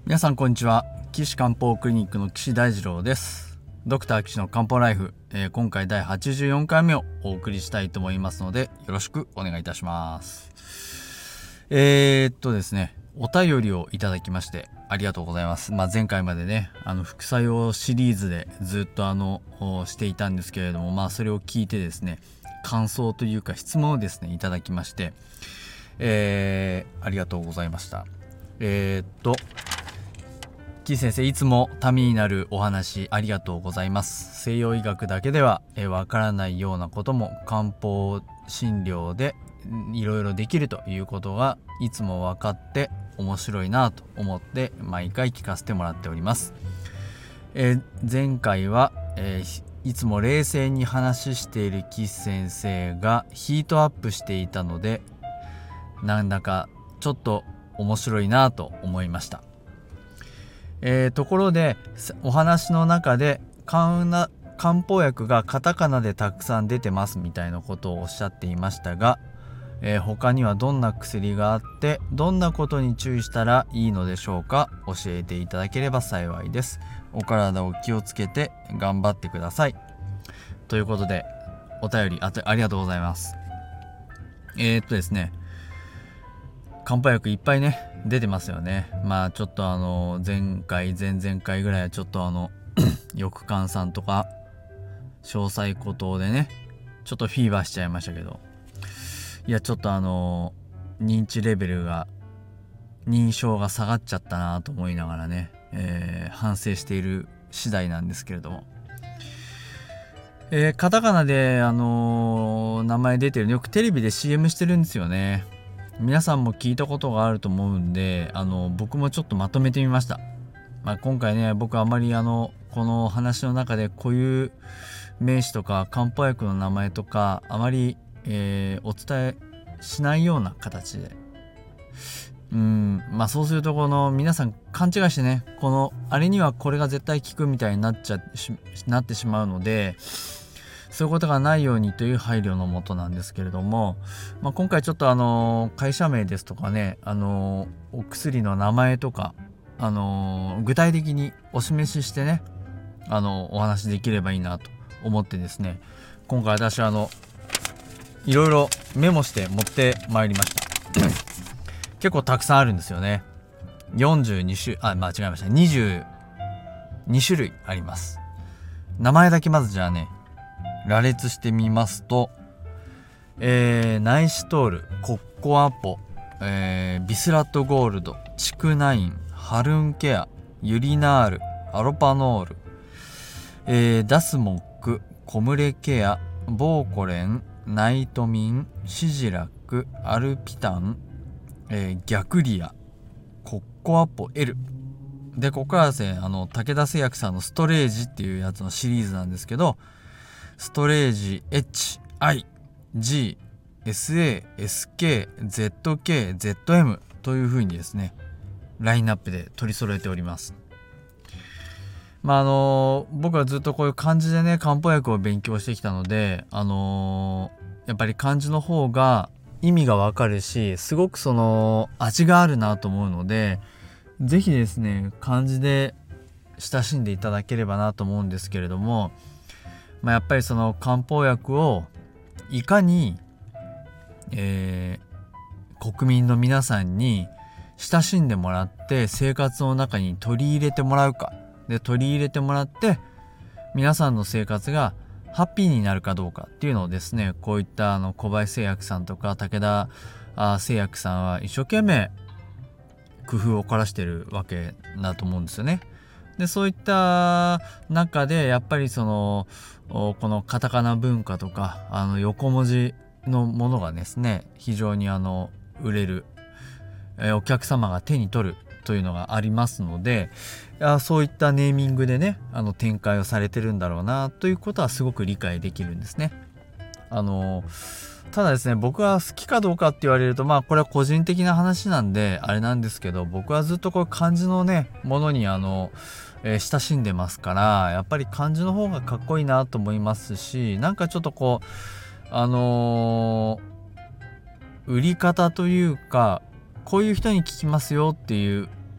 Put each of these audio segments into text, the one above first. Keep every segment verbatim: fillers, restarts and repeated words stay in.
皆さんこんにちは。岸漢方クリニックの岸大二郎です。ドクター岸の漢方ライフ、えー、今回だいはちじゅうよんかいめをお送りしたいと思いますので、よろしくお願いいたします。えー、っとですねお便りをいただきましてありがとうございます。まあ、前回までねあの副作用シリーズでずっとあのしていたんですけれども、まあそれを聞いてですね感想というか質問をですねいただきまして、えー、ありがとうございました。えー、っと岸先生、いつもためになるお話ありがとうございます。西洋医学だけではわからないようなことも漢方診療でいろいろできるということがいつも分かって面白いなと思って毎回聞かせてもらっております。えー、前回は、えー、いつも冷静に話している岸先生がヒートアップしていたので、なんだかちょっと面白いなと思いました。えー、ところでお話の中で漢方薬がカタカナでたくさん出てますみたいなことをおっしゃっていましたが、えー、他にはどんな薬があってどんなことに注意したらいいのでしょうか。教えていただければ幸いです。お体を気をつけて頑張ってください、ということでお便り あ, ありがとうございます。えー、っとですね漢方薬いっぱいね出てますよね。まあちょっとあの前回前々回ぐらいはちょっとあの翼患さんとか詳細孤島でねちょっとフィーバーしちゃいましたけど、いやちょっとあの認知レベルが認証が下がっちゃったなと思いながらね、えー、反省している次第なんですけれども、えー、カタカナであのー、名前出てるのよくテレビで シーエム してるんですよね。皆さんも聞いたことがあると思うんで、あの僕もちょっとまとめてみました。まあ、今回ね僕あまりあのこの話の中で固有名詞とか漢方薬の名前とかあまり、えー、お伝えしないような形で、うーんまあそうするとこの皆さん勘違いしてねこのあれにはこれが絶対効くみたいになっちゃなってしまうので、そういうことがないようにという配慮のもとなんですけれども、まあ、今回ちょっとあの会社名ですとかねあのお薬の名前とかあの具体的にお示ししてねあのお話できればいいなと思ってですね、今回私あのいろいろメモして持ってまいりました結構たくさんあるんですよね。よんじゅうに種あ間違えましたにじゅうに種類あります。名前だけまずじゃあね羅列してみますと、えー、ナイシトール、コッコアポ、えー、ビスラットゴールド、チクナイン、ハルンケア、ユリナール、アロパノール、えー、ダスモック、コムレケア、ボーコレン、ナイトミン、シジラック、アルピタン、えー、ギャクリア、コッコアポ L で、ここからですねあの武田製薬さんのストレージっていうやつのシリーズなんですけど、ストレージ エイチ、アイ、ジー、エスエー、エスケー、ゼットケー、ゼットエム という風にですねラインナップで取り揃えております。まああの僕はずっとこういう漢字でね漢方薬を勉強してきたので、あのー、やっぱり漢字の方が意味がわかるしすごくその味があるなと思うので、ぜひですね漢字で親しんでいただければなと思うんですけれども、まあ、やっぱりその漢方薬をいかに、えー、国民の皆さんに親しんでもらって生活の中に取り入れてもらうかで、取り入れてもらって皆さんの生活がハッピーになるかどうかっていうのをですね、こういったあの小林製薬さんとか武田あ製薬さんは一生懸命工夫を凝らしてるわけだと思うんですよね。でそういった中でやっぱりそのこのカタカナ文化とかあの横文字のものがですね非常にあの売れる、えー、お客様が手に取るというのがありますので、あそういったネーミングでねあの展開をされてるんだろうなということはすごく理解できるんですね。あのただですね僕は好きかどうかって言われるとまあこれは個人的な話なんであれなんですけど、僕はずっとこう漢字のねものにあの、えー、親しんでますから、やっぱり漢字の方がかっこいいなと思いますし、なんかちょっとこうあのー、売り方というかこういう人に聞きますよっていう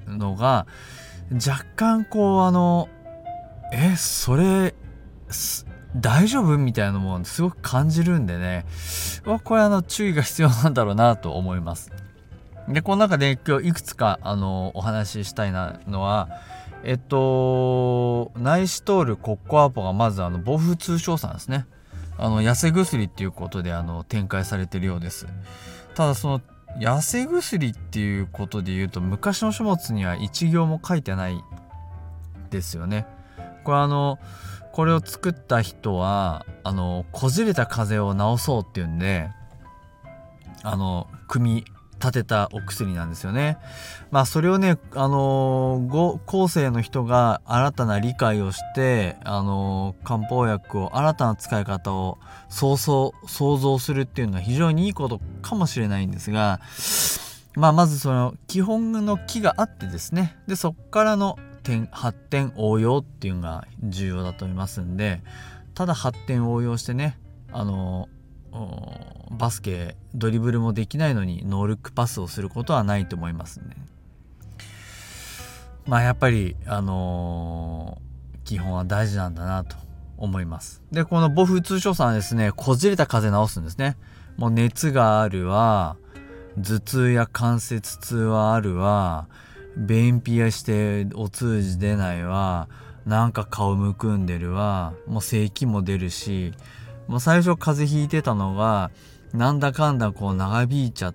のが若干こうあのえそれ大丈夫みたいなのもすごく感じるんでね、これあの注意が必要なんだろうなと思います。でこの中で今日いくつかあのお話ししたいなのはえっとナイシトールコッコアポがまずあの防風通商さんですね、あの痩せ薬っていうことであの展開されているようです。ただその痩せ薬っていうことで言うと昔の書物には一行も書いてないですよね。これあのこれを作った人はあのこじれた風邪を治そうっていうんであの組み立てたお薬なんですよね。まあそれをねあのー、後世の人が新たな理解をしてあのー、漢方薬を新たな使い方を想像想像するっていうのは非常にいいことかもしれないんですが、まあまずその基本の木があってですね、でそこからの点発展応用っていうのが重要だと思いますんで、ただ発展応用してねあのーバスケドリブルもできないのにノールックパスをすることはないと思いますね。まあやっぱりあのー、基本は大事なんだなと思います。でこの防風通商さんはですねこじれた風邪治すんですね。もう熱があるわ、頭痛や関節痛はあるわ、便秘やしてお通じ出ないわ、なんか顔むくんでるわ、もう咳も出るし、もう最初風邪ひいてたのがなんだかんだこう長引いちゃって、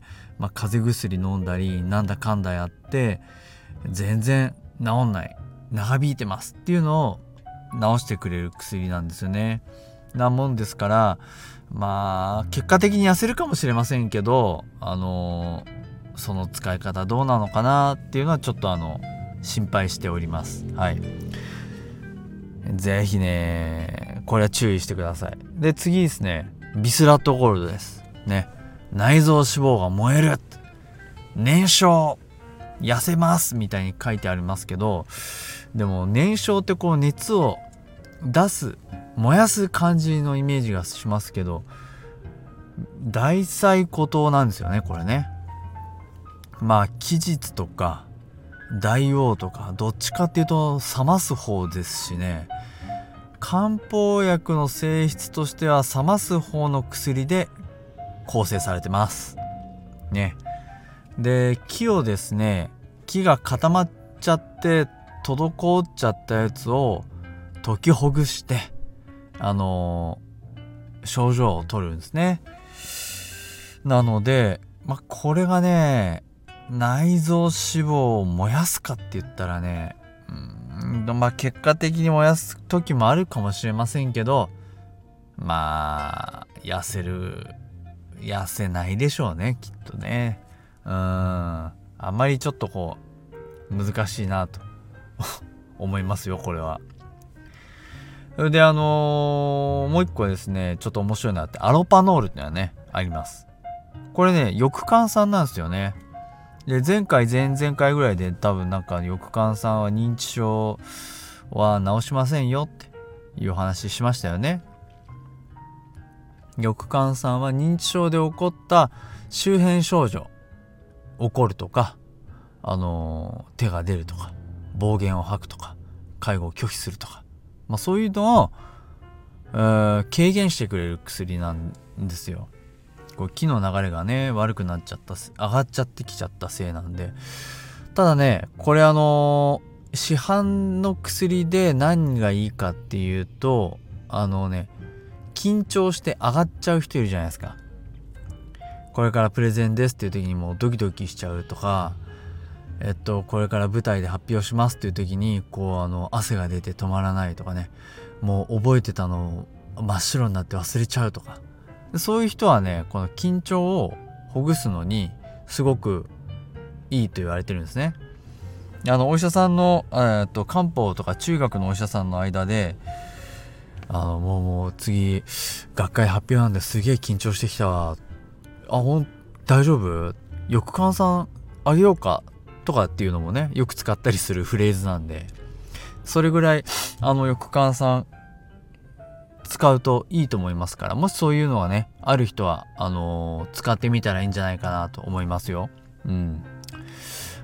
まあ、風邪薬飲んだりなんだかんだやって全然治んない、長引いてますっていうのを治してくれる薬なんですよね。なもんですからまあ結果的に痩せるかもしれませんけどあのー、その使い方どうなのかなっていうのはちょっとあの心配しております。はい、ぜひねこれは注意してください。で次ですねビスラットゴールドですね。内臓脂肪が燃える、燃焼、痩せますみたいに書いてありますけど、でも燃焼ってこう熱を出す燃やす感じのイメージがしますけど大細孤島なんですよねこれね。まあ期日とか大王とかどっちかっていうと冷ます方ですしね、漢方薬の性質としては冷ます方の薬で構成されてますね。で木をですね木が固まっちゃって滞っちゃったやつを解きほぐしてあのー、症状を取るんですね。なのでまあこれがね内臓脂肪を燃やすかって言ったらねうんまあ結果的に燃やす時もあるかもしれませんけどまあ痩せる痩せないでしょうねきっとね。うんあんまりちょっとこう難しいなと思いますよこれは。であのー、もう一個ですねちょっと面白いなってアロパノールってのはねあります。これね翼患酸なんですよね。で前回前々回ぐらいで多分なんか翼患酸は認知症は治しませんよっていう話しましたよね。翼患酸は認知症で起こった周辺症状怒るとかあのー、手が出るとか暴言を吐くとか介護を拒否するとか、まあ、そういうのを、えー、軽減してくれる薬なんですよ。こう気の流れがね悪くなっちゃった上がっちゃってきちゃったせいなんで。ただねこれあのー、市販の薬で何がいいかっていうとあのね緊張して上がっちゃう人いるじゃないですか。これからプレゼンですっていう時にもうドキドキしちゃうとか、えっとこれから舞台で発表しますっていう時にこうあの汗が出て止まらないとかね、もう覚えてたのを真っ白になって忘れちゃうとか、そういう人はねこの緊張をほぐすのにすごくいいと言われてるんですね。あのお医者さんのえっと漢方とか中学のお医者さんの間であのもうもう次学会発表なんですげえ緊張してきたわ、あほん大丈夫翼患酸あげようかとかっていうのもねよく使ったりするフレーズなんで、それぐらいあの翼患酸使うといいと思いますから、もしそういうのがねある人はあのー、使ってみたらいいんじゃないかなと思いますよ。うん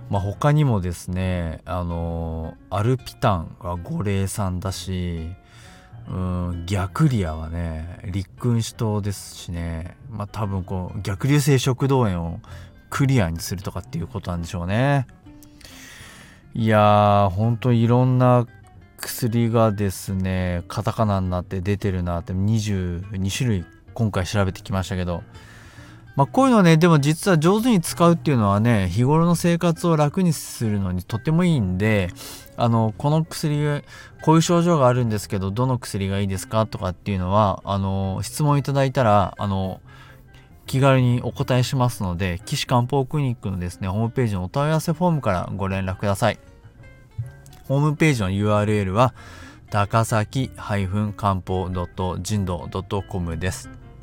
まあ他にもですね、あのアルピタンは五苓散だし、うん、逆リアはね立君子湯ですしね、まあ多分こう逆流性食道炎をクリアにするとかっていうことなんでしょうね。いやー本当にいろんな薬がですねカタカナになって出てるなってにじゅうに種類今回調べてきましたけど、まあこういうのねでも実は上手に使うっていうのはね日頃の生活を楽にするのにとてもいいんで、あのこの薬こういう症状があるんですけどどの薬がいいですかとかっていうのはあの質問いただいたらあの気軽にお答えしますので、岸漢方クリニックのですねホームページのお問い合わせフォームからご連絡ください。ホームページの ユーアールエル は高崎漢方人道 .com です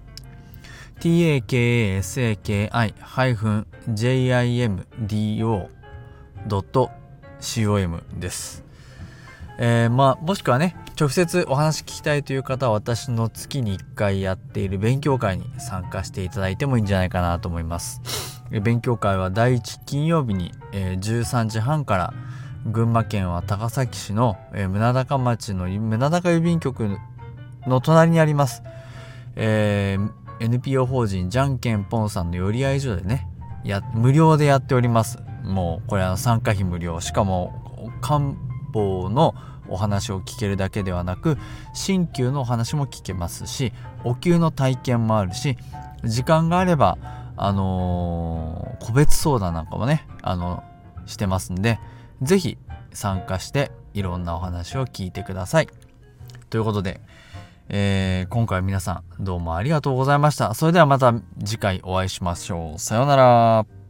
。takasaki-jimdo.com です。えー、まあもしくはね直接お話聞きたいという方は私の月にいっかいやっている勉強会に参加していただいてもいいんじゃないかなと思います。勉強会はだいいち金曜日に、えー、じゅうさんじはんから群馬県は高崎市の、えー、宗高町の宗高郵便局の隣にあります、えー、エヌピーオー 法人じゃんけんぽんさんの寄り合い所でねや無料でやっております。もうこれは参加費無料、しかも漢方のお話を聞けるだけではなく鍼灸のお話も聞けますしお灸の体験もあるし、時間があればあのー、個別相談なんかもねあのしてますんで、ぜひ参加していろんなお話を聞いてください。ということで、えー、今回は皆さんどうもありがとうございました。それではまた次回お会いしましょう。さようなら。